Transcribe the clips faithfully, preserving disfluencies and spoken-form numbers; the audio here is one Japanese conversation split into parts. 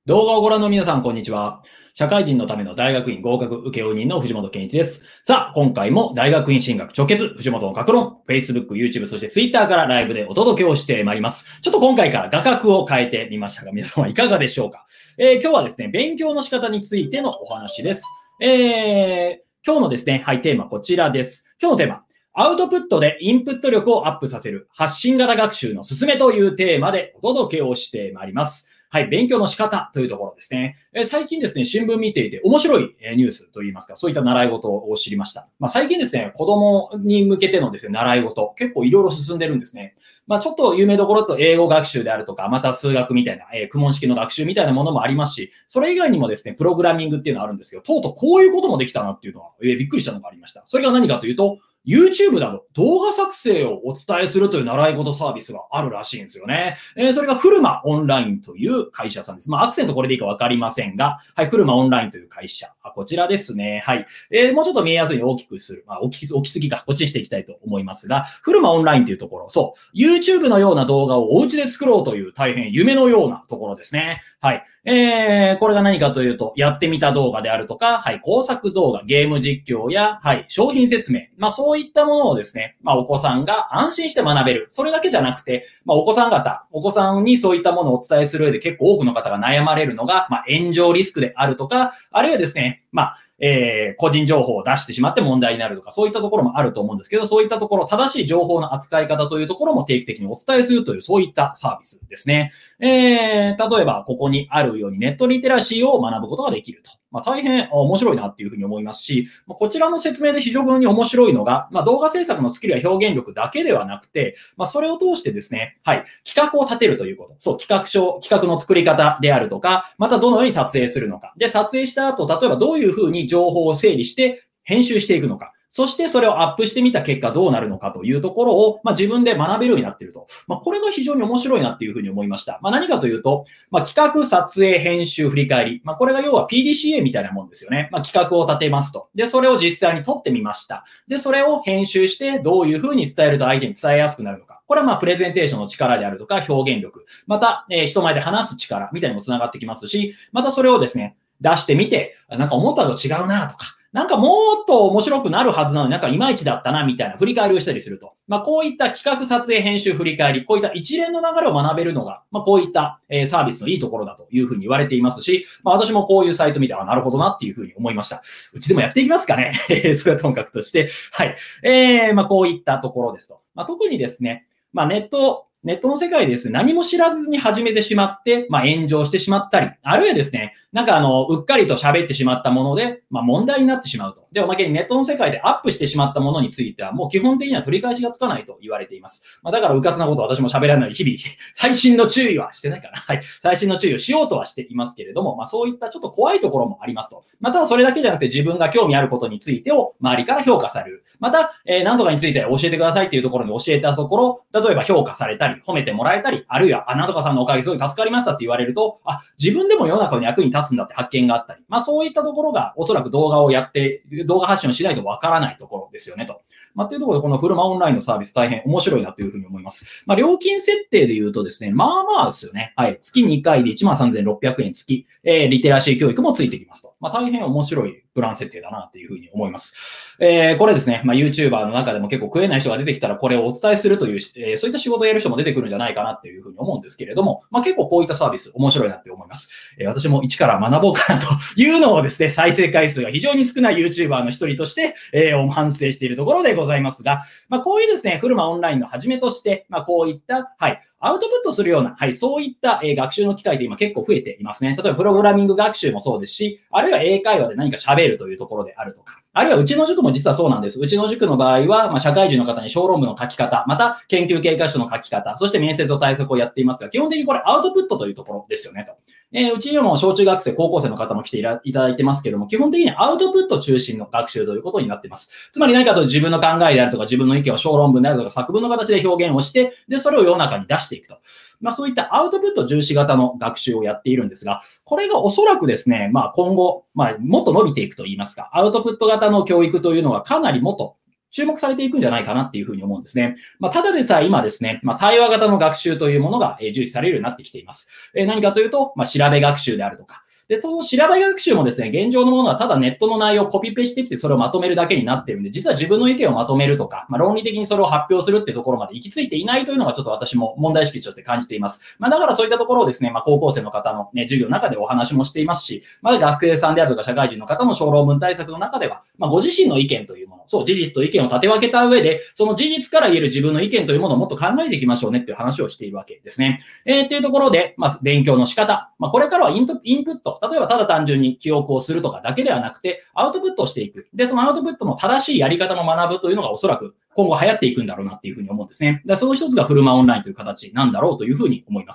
動画をご覧の皆さん、こんにちは。社会人のための大学院合格請負人の藤本健一です。さあ、今回も大学院進学直結、藤本の格論、Facebook、YouTube、そして Twitter からライブでお届けをしてまいります。ちょっと今回から画角を変えてみましたが、皆様いかがでしょうか。えー、今日はですね、勉強の仕方についてのお話です。えー、今日のですね、はい、テーマこちらです。今日のテーマ。アウトプットでインプット力をアップさせる発信型学習の勧めというテーマでお届けをしてまいります。はい、勉強の仕方というところですね。えー、最近ですね、新聞見ていて面白いニュースといいますか、そういった習い事を知りました。まあ、最近ですね、子供に向けてのですね、習い事、結構いろいろ進んでるんですね。まあ、ちょっと有名どころだと英語学習であるとか、また数学みたいな、えー、苦問式の学習みたいなものもありますし、それ以外にもですね、プログラミングっていうのはあるんですけど、とうとうこういうこともできたなっていうのは、えー、びっくりしたのがありました。それが何かというと、YouTube など動画作成をお伝えするという習い事サービスがあるらしいんですよね。えー、それがフルマオンラインという会社さんです。まあ、アクセントこれでいいかわかりませんが、はい、フルマオンラインという会社。あ、こちらですね。はい。えー、もうちょっと見えやすいように大きくする。まあ、大き、大きすぎか。こっちにしていきたいと思いますが、フルマオンラインというところ、そう、YouTube のような動画をお家で作ろうという大変夢のようなところですね。はい。えー、これが何かというと、やってみた動画であるとか、はい、工作動画、ゲーム実況や、はい、商品説明。まあ、そういったものをですね、まあ、お子さんが安心して学べる。それだけじゃなくて、まあ、お子さん方、お子さんにそういったものをお伝えする上で結構多くの方が悩まれるのが、まあ、炎上リスクであるとか、あるいはですね、まあ、えー、個人情報を出してしまって問題になるとか、そういったところもあると思うんですけど、そういったところ、正しい情報の扱い方というところも定期的にお伝えするという、そういったサービスですね。えー、例えば、ここにあるようにネットリテラシーを学ぶことができると。まあ、大変面白いなっていうふうに思いますし、こちらの説明で非常に面白いのが、まあ、動画制作のスキルや表現力だけではなくて、まあ、それを通してですね、はい、企画を立てるということ。そう、企画書、企画の作り方であるとか、またどのように撮影するのか。で、撮影した後、例えばどういうふうに情報を整理して編集していくのか。そしてそれをアップしてみた結果どうなるのかというところを、まあ、自分で学べるようになっていると。まあ、これが非常に面白いなっていうふうに思いました。まあ、何かというと、まあ、企画、撮影、編集、振り返り。まあ、これが要は ピーディーシーエー みたいなもんですよね。まあ、企画を立てますと。で、それを実際に撮ってみました。で、それを編集してどういうふうに伝えると相手に伝えやすくなるのか。これはまあ、プレゼンテーションの力であるとか、表現力。また、えー、人前で話す力みたいにもつながってきますし、またそれをですね、出してみて、なんか思ったのと違うなとか、なんかもっと面白くなるはずなのになんかいまいちだったなみたいな振り返りをしたりすると。まあこういった企画撮影編集振り返り、こういった一連の流れを学べるのが、まあこういったサービスのいいところだというふうに言われていますし、まあ私もこういうサイト見て、あ、なるほどなっていうふうに思いました。うちでもやっていきますかね。それはともかくとして。はい。えー、まあこういったところですと。まあ特にですね、まあネット、ネットの世界でですね、何も知らずに始めてしまって、まあ炎上してしまったり、あるいはですね、なんかあの、うっかりと喋ってしまったもので、まあ問題になってしまうと。で、おまけにネットの世界でアップしてしまったものについては、もう基本的には取り返しがつかないと言われています。まあだからうかつなことは私も喋らない日々、最新の注意はしてないかな。はい。最新の注意をしようとはしていますけれども、まあそういったちょっと怖いところもありますと。またはそれだけじゃなくて自分が興味あることについてを周りから評価される。また、えー、何とかについて教えてくださいっていうところに教えたところ、例えば評価されたり、褒めてもらえたり、あるいは、あ、なんとかさんのおかげすごい助かりましたって言われると、あ、自分でも世の中の役に立つんだって発見があったり、まあそういったところがおそらく動画をやって、動画発信をしないとわからないところですよねと。まあというところでこのフルマオンラインのサービス大変面白いなというふうに思います。まあ料金設定で言うとですね、まあまあですよね。はい。月にかいでいちまんさんぜんろっぴゃくえん月、えー、リテラシー教育もついてきますと。まあ大変面白いプラン設定だなというふうに思います。えー、これですね、まあ YouTuber の中でも結構食えない人が出てきたらこれをお伝えするという、えー、そういった仕事をやる人も出てくるんじゃないかなっていうふうに思うんですけれども、まあ結構こういったサービス面白いなって思います。えー、私も一から学ぼうかなというのをですね、再生回数が非常に少ない YouTuber の一人として、えー、反省しているところでございますが、まあこういうですね、フルマオンラインの始めとして、まあこういった、はい、アウトプットするような、はい、そういった、えー、学習の機会って今結構増えていますね。例えばプログラミング学習もそうですし、あるいは英会話で何か喋るというところであるとか、あるいはうちの塾も実はそうなんです。うちの塾の場合は、まあ、社会人の方に小論文の書き方、また研究経過書の書き方、そして面接の対策をやっていますが、基本的にこれアウトプットというところですよねと。えー、うちにも小中学生、高校生の方も来ていただいてますけれども、基本的にアウトプット中心の学習ということになっています。つまり何かと自分の考えであるとか、自分の意見を小論文であるとか、作文の形で表現をして、で、それを世の中に出していくと。まあそういったアウトプット重視型の学習をやっているんですが、これがおそらくですね、まあ今後、まあもっと伸びていくと言いますか、アウトプット型の教育というのはかなりもっと注目されていくんじゃないかなっていうふうに思うんですね。まあ、ただでさえ今ですね、まあ、対話型の学習というものが重視されるようになってきています。えー、何かというと、まあ、調べ学習であるとか、で、その調べ学習もですね、現状のものはただネットの内容をコピペしてきてそれをまとめるだけになっているんで、実は自分の意見をまとめるとか、まあ、論理的にそれを発表するっていうところまで行き着いていないというのがちょっと私も問題意識として感じています。まあ、だからそういったところをですね、まあ、高校生の方のね、授業の中でお話もしていますし、まあ、学生さんであるとか社会人の方の小論文対策の中では、まあ、ご自身の意見というもの、そう、事実と意見を立て分けた上で、その事実から言える自分の意見というものをもっと考えていきましょうねっていう話をしているわけですね。えー、っていうところで、まあ、勉強の仕方、まあ、これからはインプインプット、例えばただ単純に記憶をするとかだけではなくて、アウトプットをしていく。で、そのアウトプットの正しいやり方も学ぶというのがおそらく今後流行っていくんだろうなっていうふうに思うんですね。で、その一つがフルマオンラインという形なんだろうというふうに思います。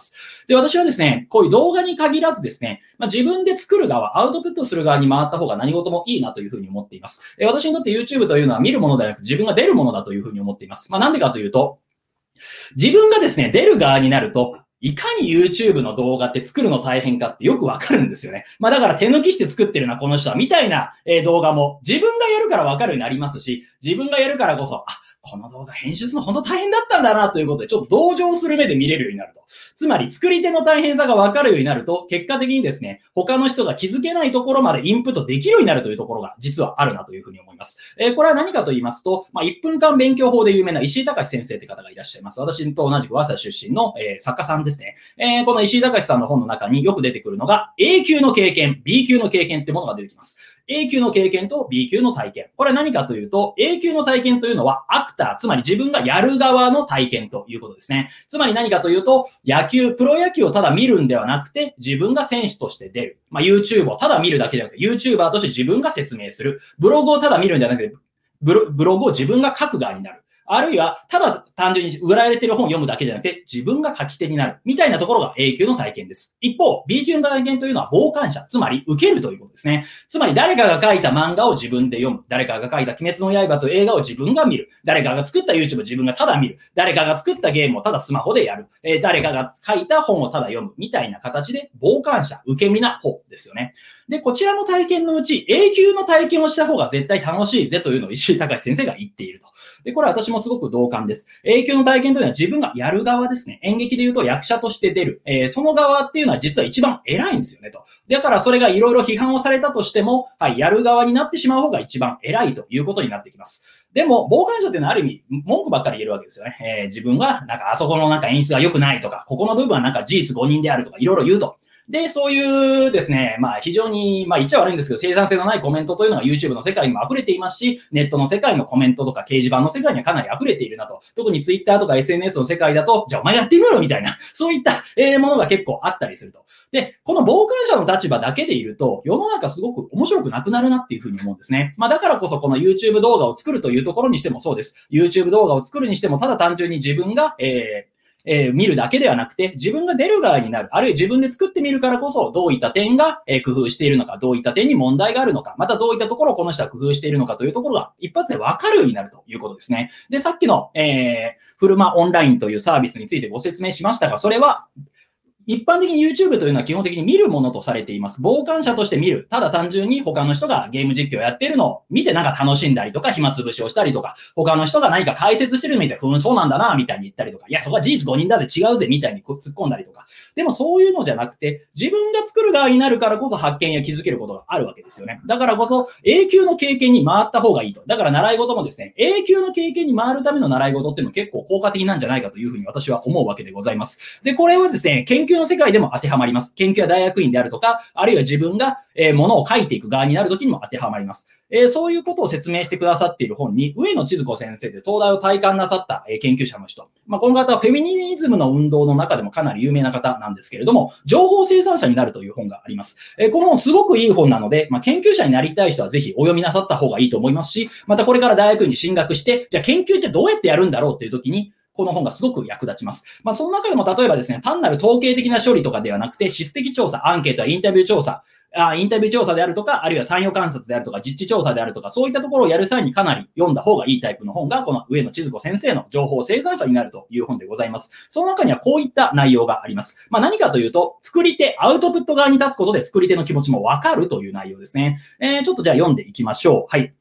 で、私はですね、こういう動画に限らずですね、まあ、自分で作る側、アウトプットする側に回った方が何事もいいなというふうに思っています。え私にとって YouTube というのは見るものではなく自分が出るものだというふうに思っています。まあ、なんでかというと、自分がですね、出る側になると、いかに YouTube の動画って作るの大変かってよくわかるんですよね。まあだから手抜きして作ってるな、この人は、みたいな動画も自分がやるからわかるようになりますし、自分がやるからこそ、あ、この動画編集するの本当大変だったんだなということで、ちょっと同情する目で見れるようになると。つまり、作り手の大変さが分かるようになると、結果的にですね、他の人が気づけないところまでインプットできるようになるというところが実はあるなというふうに思います。えー、これは何かと言いますと、まあ、いっぷんかん勉強法で有名な石井隆先生って方がいらっしゃいます。私と同じく早稲田出身の、えー、作家さんですね。えー、この石井隆さんの本の中によく出てくるのが、A 級の経験、B 級の経験ってものが出てきます。A 級の経験と B 級の体験。これは何かというと、A 級の体験というのはアクター、つまり自分がやる側の体験ということですね。つまり何かというと、野球、プロ野球をただ見るんではなくて、自分が選手として出る。まあ、YouTube をただ見るだけじゃなくて、YouTuber として自分が説明する。ブログをただ見るんじゃなくて、ブロ、ブログを自分が書く側になる。あるいは、ただ単純に売られている本を読むだけじゃなくて、自分が書き手になる。みたいなところが A 級の体験です。一方、B 級の体験というのは傍観者、つまり受けるということですね。つまり誰かが書いた漫画を自分で読む。誰かが書いた鬼滅の刃という映画を自分が見る。誰かが作った YouTube を自分がただ見る。誰かが作ったゲームをただスマホでやる。えー、誰かが書いた本をただ読む。みたいな形で傍観者、受け身な方ですよね。で、こちらの体験のうち A 級の体験をした方が絶対楽しいぜというのを石井隆先生が言っていると。で、これは私もすごく同感です。A 級の体験というのは自分がやる側ですね。演劇で言うと役者として出る。えー、その側っていうのは実は一番偉いんですよねと。だからそれがいろいろ批判をされたとしても、はい、やる側になってしまう方が一番偉いということになってきます。でも、傍観者っていうのはある意味、文句ばっかり言えるわけですよね。えー、自分は、なんかあそこのなんか演出が良くないとか、ここの部分はなんか事実誤認であるとか、いろいろ言うと。で、そういうですね、まあ非常に、まあ言っちゃ悪いんですけど、生産性のないコメントというのが YouTube の世界にも溢れていますし、ネットの世界のコメントとか掲示板の世界にはかなり溢れているなと。特に Twitter とか エスエヌエス の世界だと、じゃあお前やってみろよみたいな、そういったものが結構あったりすると。で、この傍観者の立場だけでいると、世の中すごく面白くなくなるなっていうふうに思うんですね。まあだからこそこの YouTube 動画を作るというところにしてもそうです。YouTube 動画を作るにしても、ただ単純に自分が、えーえー、見るだけではなくて、自分が出る側になる。あるいは自分で作ってみるからこそ、どういった点が、えー、工夫しているのか、どういった点に問題があるのか、またどういったところをこの人は工夫しているのかというところが、一発で分かるようになるということですね。で、さっきの、えー、フルマオンラインというサービスについてご説明しましたが、それは、一般的に YouTube というのは基本的に見るものとされています。傍観者として見る。ただ単純に他の人がゲーム実況をやっているのを見てなんか楽しんだりとか、暇つぶしをしたりとか、他の人が何か解説してるみたいな、ふーん、そうなんだな、みたいに言ったりとか、いや、そこは事実誤認だぜ、違うぜ、みたいに突っ込んだりとか。でもそういうのじゃなくて、自分が作る側になるからこそ発見や気づけることがあるわけですよね。だからこそ A 級の経験に回った方がいいと。だから習い事もですね、A 級の経験に回るための習い事っていうのは結構効果的なんじゃないかというふうに私は思うわけでございます。で、これはですね、研究の世界でも当てはまります。研究や大学院であるとか、あるいは自分が、えー、ものを書いていく側になるときにも当てはまります。えー、そういうことを説明してくださっている本に、上野千鶴子先生で東大を体感なさった、えー、研究者の人。まあ、この方はフェミニズムの運動の中でもかなり有名な方なんですけれども、情報生産者になるという本があります。えー、この本すごくいい本なので、まあ、研究者になりたい人はぜひお読みなさった方がいいと思いますし、またこれから大学院に進学して、じゃあ研究ってどうやってやるんだろうっていうときに、この本がすごく役立ちます。まあ、その中でも例えばですね、単なる統計的な処理とかではなくて、質的調査、アンケートやインタビュー調査、あインタビュー調査であるとか、あるいは参与観察であるとか、実地調査であるとか、そういったところをやる際にかなり読んだ方がいいタイプの本が、この上野千鶴子先生の情報生産者になるという本でございます。その中にはこういった内容があります。まあ、何かというと、作り手、アウトプット側に立つことで作り手の気持ちもわかるという内容ですね。えー、ちょっとじゃあ読んでいきましょう。はい。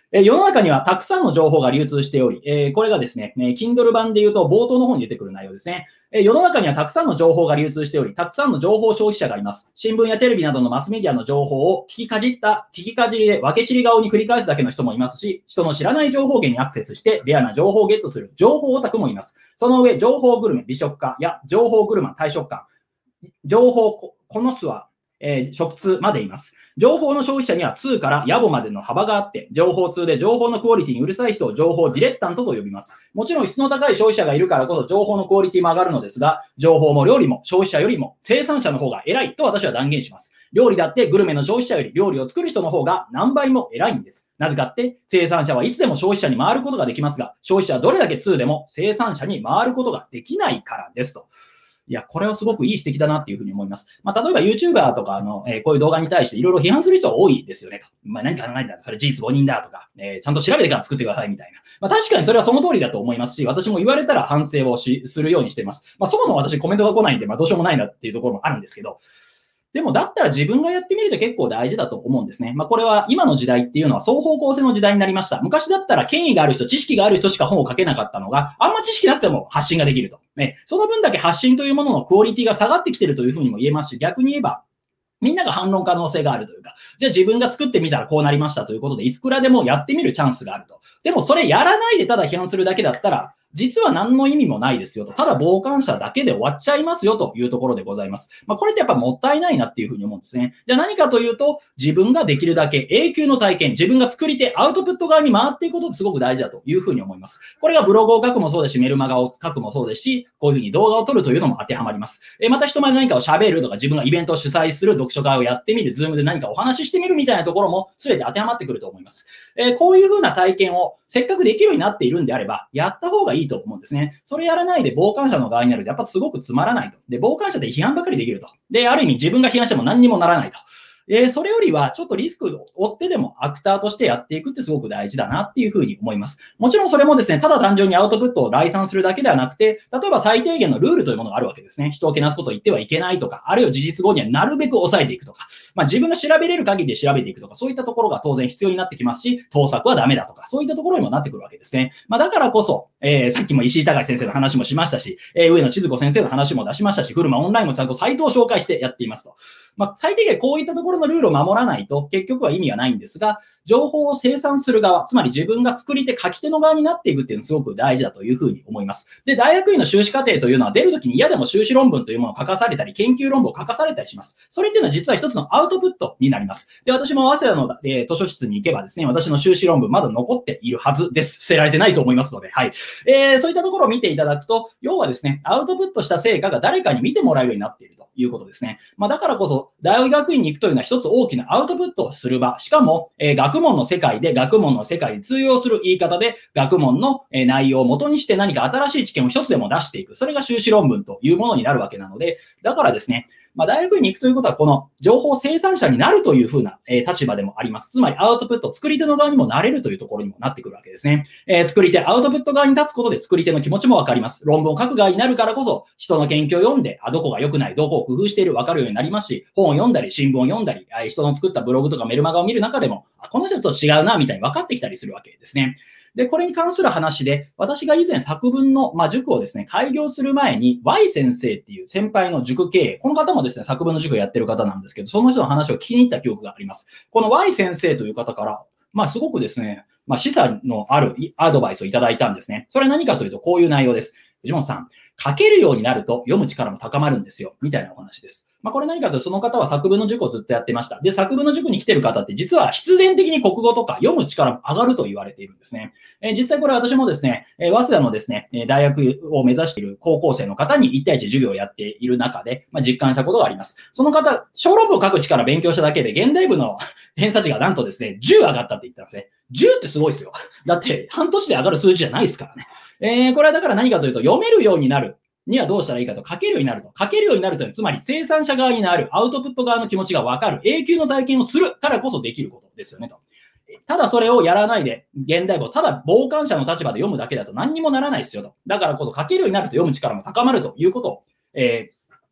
えー世の中にはたくさんの情報が流通しており、えーこれがですね、えー Kindle 版で言うと冒頭の方に出てくる内容ですね。えー世の中にはたくさんの情報が流通しており、たくさんの情報消費者がいます。新聞やテレビなどのマスメディアの情報を聞きかじった、聞きかじりで分け知り顔に繰り返すだけの人もいますし、人の知らない情報源にアクセスしてレアな情報をゲットする情報オタクもいます。その上、情報グルメ、美食家や情報グルマ、大食感、情報コノスは、えー食通までいます。情報の消費者には通から野暮までの幅があって、情報通で情報のクオリティにうるさい人を情報ディレッタントと呼びます。もちろん質の高い消費者がいるからこそ情報のクオリティも上がるのですが、情報も料理も消費者よりも生産者の方が偉いと私は断言します。料理だってグルメの消費者より料理を作る人の方が何倍も偉いんです。なぜかって生産者はいつでも消費者に回ることができますが、消費者はどれだけ通でも生産者に回ることができないからですと。いや、これはすごくいい指摘だなっていうふうに思います。まあ、例えば YouTuber とかの、えーこういう動画に対していろいろ批判する人は多いですよねと。まあ、何か考えてんだ、それ事実誤認だとか、えーちゃんと調べてから作ってくださいみたいな。まあ、確かにそれはその通りだと思いますし、私も言われたら反省をしするようにしています。まあ、そもそも私コメントが来ないんで、まあ、どうしようもないなっていうところもあるんですけど、でもだったら自分がやってみると結構大事だと思うんですね。まあこれは今の時代っていうのは双方向性の時代になりました。昔だったら権威がある人、知識がある人しか本を書けなかったのが、あんま知識なくても発信ができると。ね、その分だけ発信というもののクオリティが下がってきてるというふうにも言えますし、逆に言えば、みんなが反論可能性があるというか、じゃあ自分が作ってみたらこうなりましたということで、いつくらでもやってみるチャンスがあると。でもそれやらないでただ批判するだけだったら、実は何の意味もないですよと。ただ傍観者だけで終わっちゃいますよというところでございます。まあこれってやっぱもったいないなっていうふうに思うんですね。じゃあ何かというと、自分ができるだけ永久の体験、自分が作り手、アウトプット側に回っていくことってすごく大事だというふうに思います。これがブログを書くもそうですし、メルマガを書くもそうですし、こういうふうに動画を撮るというのも当てはまります。えまた人前で何かを喋るとか、自分がイベントを主催する読書会をやってみる、ズームで何かお話ししてみるみたいなところも全て当てはまってくると思います。えーこういうふうな体験をせっかくできるようになっているんであれば、やった方がいいと思うんですね。それやらないで傍観者の側になると、やっぱすごくつまらないと。で、傍観者で批判ばかりできると。で、ある意味自分が批判しても何にもならないと。えーそれよりは、ちょっとリスクを負ってでもアクターとしてやっていくってすごく大事だなっていうふうに思います。もちろんそれもですね、ただ単純にアウトプットを来賛するだけではなくて、例えば最低限のルールというものがあるわけですね。人をけなすことを言ってはいけないとか、あるいは事実後にはなるべく抑えていくとか、まあ自分が調べれる限りで調べていくとか、そういったところが当然必要になってきますし、盗作はダメだとか、そういったところにもなってくるわけですね。まあだからこそ、えー、さっきも石井隆先生の話もしましたし、えー、上野千鶴子先生の話も出しましたし、フルマオンラインもちゃんとサイトを紹介してやっていますと。まあ最低限こういったところのルールを守らないと結局は意味がないんですが、情報を生産する側、つまり自分が作り手、書き手の側になっていくっていうのはすごく大事だというふうに思います。で、大学院の修士課程というのは出るときに嫌でも修士論文というものを書かされたり、研究論文を書かされたりします。それっていうのは実は一つのアウトプットになります。で、私も早稲田の、えー図書室に行けばですね、私の修士論文まだ残っているはずです。捨てられてないと思いますので、はい。えーそういったところを見ていただくと、要はですね、アウトプットした成果が誰かに見てもらえるようになっているということですね。まあだからこそ、大学院に行くというのは一つ大きなアウトプットをする場、しかも、えー学問の世界で学問の世界に通用する言い方で、学問の、えー内容を元にして何か新しい知見を一つでも出していく。それが修士論文というものになるわけなので、だからですね、まあ、大学院に行くということは、この情報生産者になるというふうな、えー立場でもあります。つまり、アウトプット、作り手の側にもなれるというところにもなってくるわけですね。えー作り手、アウトプット側に立つことで作り手の気持ちもわかります。論文を書く側になるからこそ、人の研究を読んで、あ、どこが良くない、どこを工夫している、わかるようになりますし、本を読んだり、新聞を読んだり、あ人の作ったブログとかメルマガを見る中でも、あこの人と違うな、みたいに分かってきたりするわけですね。で、これに関する話で、私が以前作文の、まあ、塾をですね、開業する前に、Y 先生っていう先輩の塾経営、この方もですね、作文の塾をやってる方なんですけど、その人の話を聞きに行った記憶があります。この Y 先生という方から、まあ、すごくですね、まあ、示唆のあるアドバイスをいただいたんですね。それは何かというと、こういう内容です。藤本さん、書けるようになると読む力も高まるんですよ。みたいなお話です。まあ、これ何かというと、その方は作文の塾をずっとやってました。で、作文の塾に来てる方って実は必然的に国語とか読む力も上がると言われているんですね。えー、実際これ私もですね、えー、早稲田のですね、大学を目指している高校生の方にいち対いち授業をやっている中で、まあ、実感したことがあります。その方、小論文を書く力を勉強しただけで、現代部の偏差値がなんとですね、じゅう上がったって言ったんですね。じゅうってすごいですよ。だって、半年で上がる数字じゃないですからね。えー、これはだから何かというと、読めるようになるにはどうしたらいいかと、書けるようになると。書けるようになるというのは、つまり生産者側になる、アウトプット側の気持ちがわかる、永久の体験をするからこそできることですよねと。ただそれをやらないで、現代語、ただ傍観者の立場で読むだけだと何にもならないですよと。だからこそ書けるようになると読む力も高まるということを、えー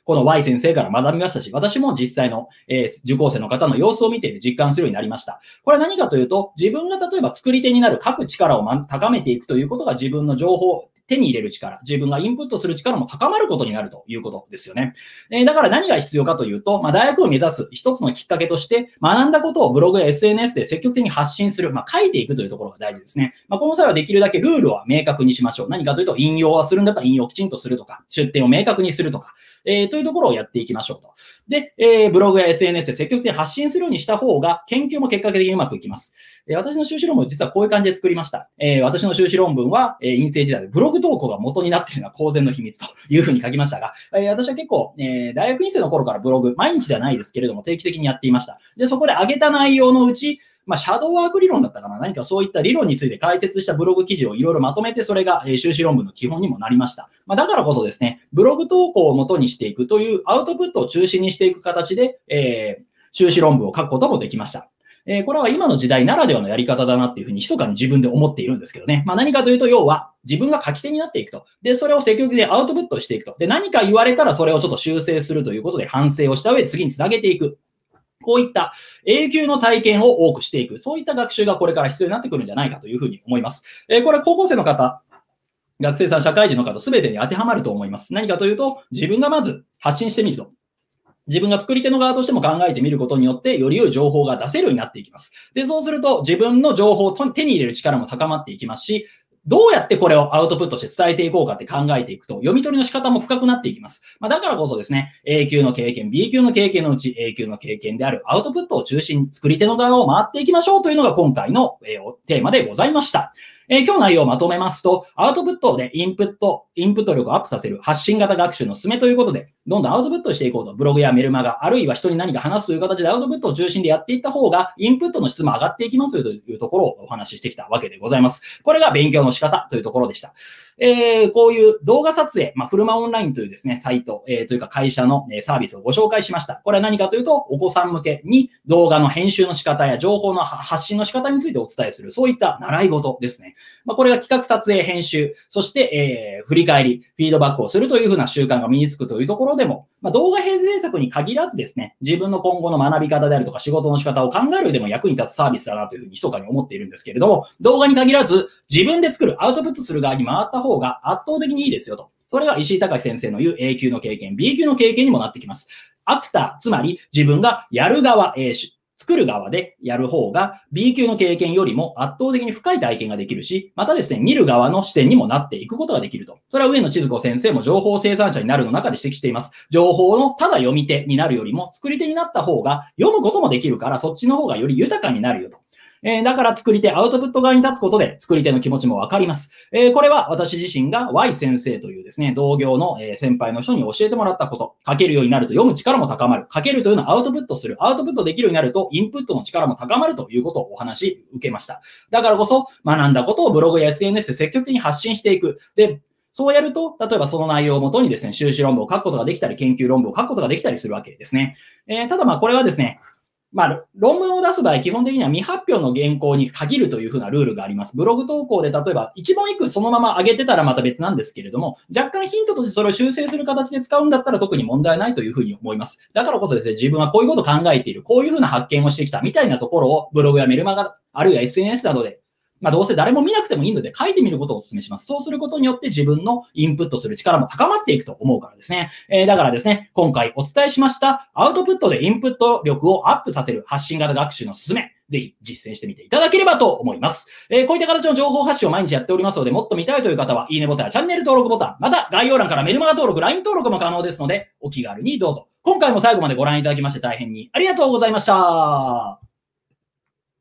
この Y 先生から学びましたし、私も実際の、えー、受講生の方の様子を見ていて実感するようになりました。これは何かというと、自分が例えば作り手になる書く力を高めていくということが自分の情報、手に入れる力、自分がインプットする力も高まることになるということですよね。えー、だから何が必要かというと、まあ、大学を目指す一つのきっかけとして、学んだことをブログや エスエヌエス で積極的に発信する、まあ、書いていくというところが大事ですね。まあ、この際はできるだけルールは明確にしましょう。何かというと、引用はするんだったら引用をきちんとするとか、出典を明確にするとか、えー、というところをやっていきましょうと。で、えー、ブログや エスエヌエス で積極的に発信するようにした方が、研究も結果的にうまくいきます。えー、私の修士論文、実はこういう感じで作りました。えー、私の修士論文は、えー、院生時代でブログ投稿が元になっているのは公然の秘密というふうに書きましたが、えー、私は結構、えー、大学院生の頃からブログ、毎日ではないですけれども、定期的にやっていました。で、そこで上げた内容のうち、まあ、シャドーワーク理論だったかな、何かそういった理論について解説したブログ記事をいろいろまとめて、それが、えー、修士論文の基本にもなりました。まあ、だからこそですね、ブログ投稿を元にしていくというアウトプットを中心にしていく形で、えー、修士論文を書くこともできました。えー、これは今の時代ならではのやり方だなっていうふうに密かに自分で思っているんですけどね。まあ何かというと、要は自分が書き手になっていくと。で、それを積極的にアウトプットしていくと。で、何か言われたらそれをちょっと修正するということで反省をした上で次につなげていく。こういった永久の体験を多くしていく。そういった学習がこれから必要になってくるんじゃないかというふうに思います。えー、これは高校生の方、学生さん、社会人の方、すべてに当てはまると思います。何かというと、自分がまず発信してみると。自分が作り手の側としても考えてみることによって、より良い情報が出せるようになっていきます。で、そうすると、自分の情報を手に入れる力も高まっていきますし、どうやってこれをアウトプットして伝えていこうかって考えていくと、読み取りの仕方も深くなっていきます。まあ、だからこそですね、A 級の経験、B 級の経験のうち A 級の経験であるアウトプットを中心に作り手の側を回っていきましょうというのが今回の、えー、テーマでございました。えー、今日の内容をまとめますと、アウトプットでインプット、インプット力をアップさせる発信型学習の勧めということで、どんどんアウトプットしていこうと、ブログやメルマガ、あるいは人に何か話すという形でアウトプットを中心でやっていった方が、インプットの質も上がっていきますよというところをお話ししてきたわけでございます。これが勉強の仕方というところでした。えー、こういう動画撮影、まあ、フルマオンラインというですね、サイト、えー、というか会社のサービスをご紹介しました。これは何かというと、お子さん向けに動画の編集の仕方や情報の発信の仕方についてお伝えする、そういった習い事ですね。まあ、これが企画撮影、編集、そして、えー、振り返り、フィードバックをするというふうな習慣が身につくというところでも、まあ、動画編制作に限らずですね、自分の今後の学び方であるとか仕事の仕方を考える上でも役に立つサービスだなというふうに密かに思っているんですけれども、動画に限らず自分で作る、アウトプットする側に回った方が圧倒的にいいですよと。それが石井隆先生の言う A 級の経験、B 級の経験にもなってきます。アクター、つまり自分がやる側、えー作る側でやる方が B 級の経験よりも圧倒的に深い体験ができるし、またですね、見る側の視点にもなっていくことができると。それは上野千鶴子先生も情報生産者になるの中で指摘しています。情報のただ読み手になるよりも作り手になった方が読むこともできるから、そっちの方がより豊かになるよと。えー、だから作り手、アウトプット側に立つことで作り手の気持ちもわかります。えー、これは私自身が Y 先生というですね、同業の先輩の人に教えてもらったこと。書けるようになると読む力も高まる。書けるというのはアウトプットする。アウトプットできるようになるとインプットの力も高まるということをお話受けました。だからこそ学んだことをブログや エスエヌエス で積極的に発信していく。で、そうやると、例えばその内容をもとにですね、修士論文を書くことができたり、研究論文を書くことができたりするわけですね。えー、ただまあこれはですね、まあ、論文を出す場合、基本的には未発表の原稿に限るというふうなルールがあります。ブログ投稿で例えば一問一句そのまま上げてたらまた別なんですけれども、若干ヒントとしてそれを修正する形で使うんだったら特に問題ないというふうに思います。だからこそですね、自分はこういうことを考えている、こういうふうな発見をしてきたみたいなところをブログやメルマガ、あるいは エスエヌエス などでまあどうせ誰も見なくてもいいので書いてみることをお勧めします。そうすることによって自分のインプットする力も高まっていくと思うからですね。えー、だからですね、今回お伝えしましたアウトプットでインプット力をアップさせる発信型学習の勧め。ぜひ実践してみていただければと思います。えー、こういった形の情報発信を毎日やっておりますので、もっと見たいという方は、いいねボタンやチャンネル登録ボタン、また概要欄からメルマガ登録、ライン 登録も可能ですので、お気軽にどうぞ。今回も最後までご覧いただきまして大変にありがとうございました。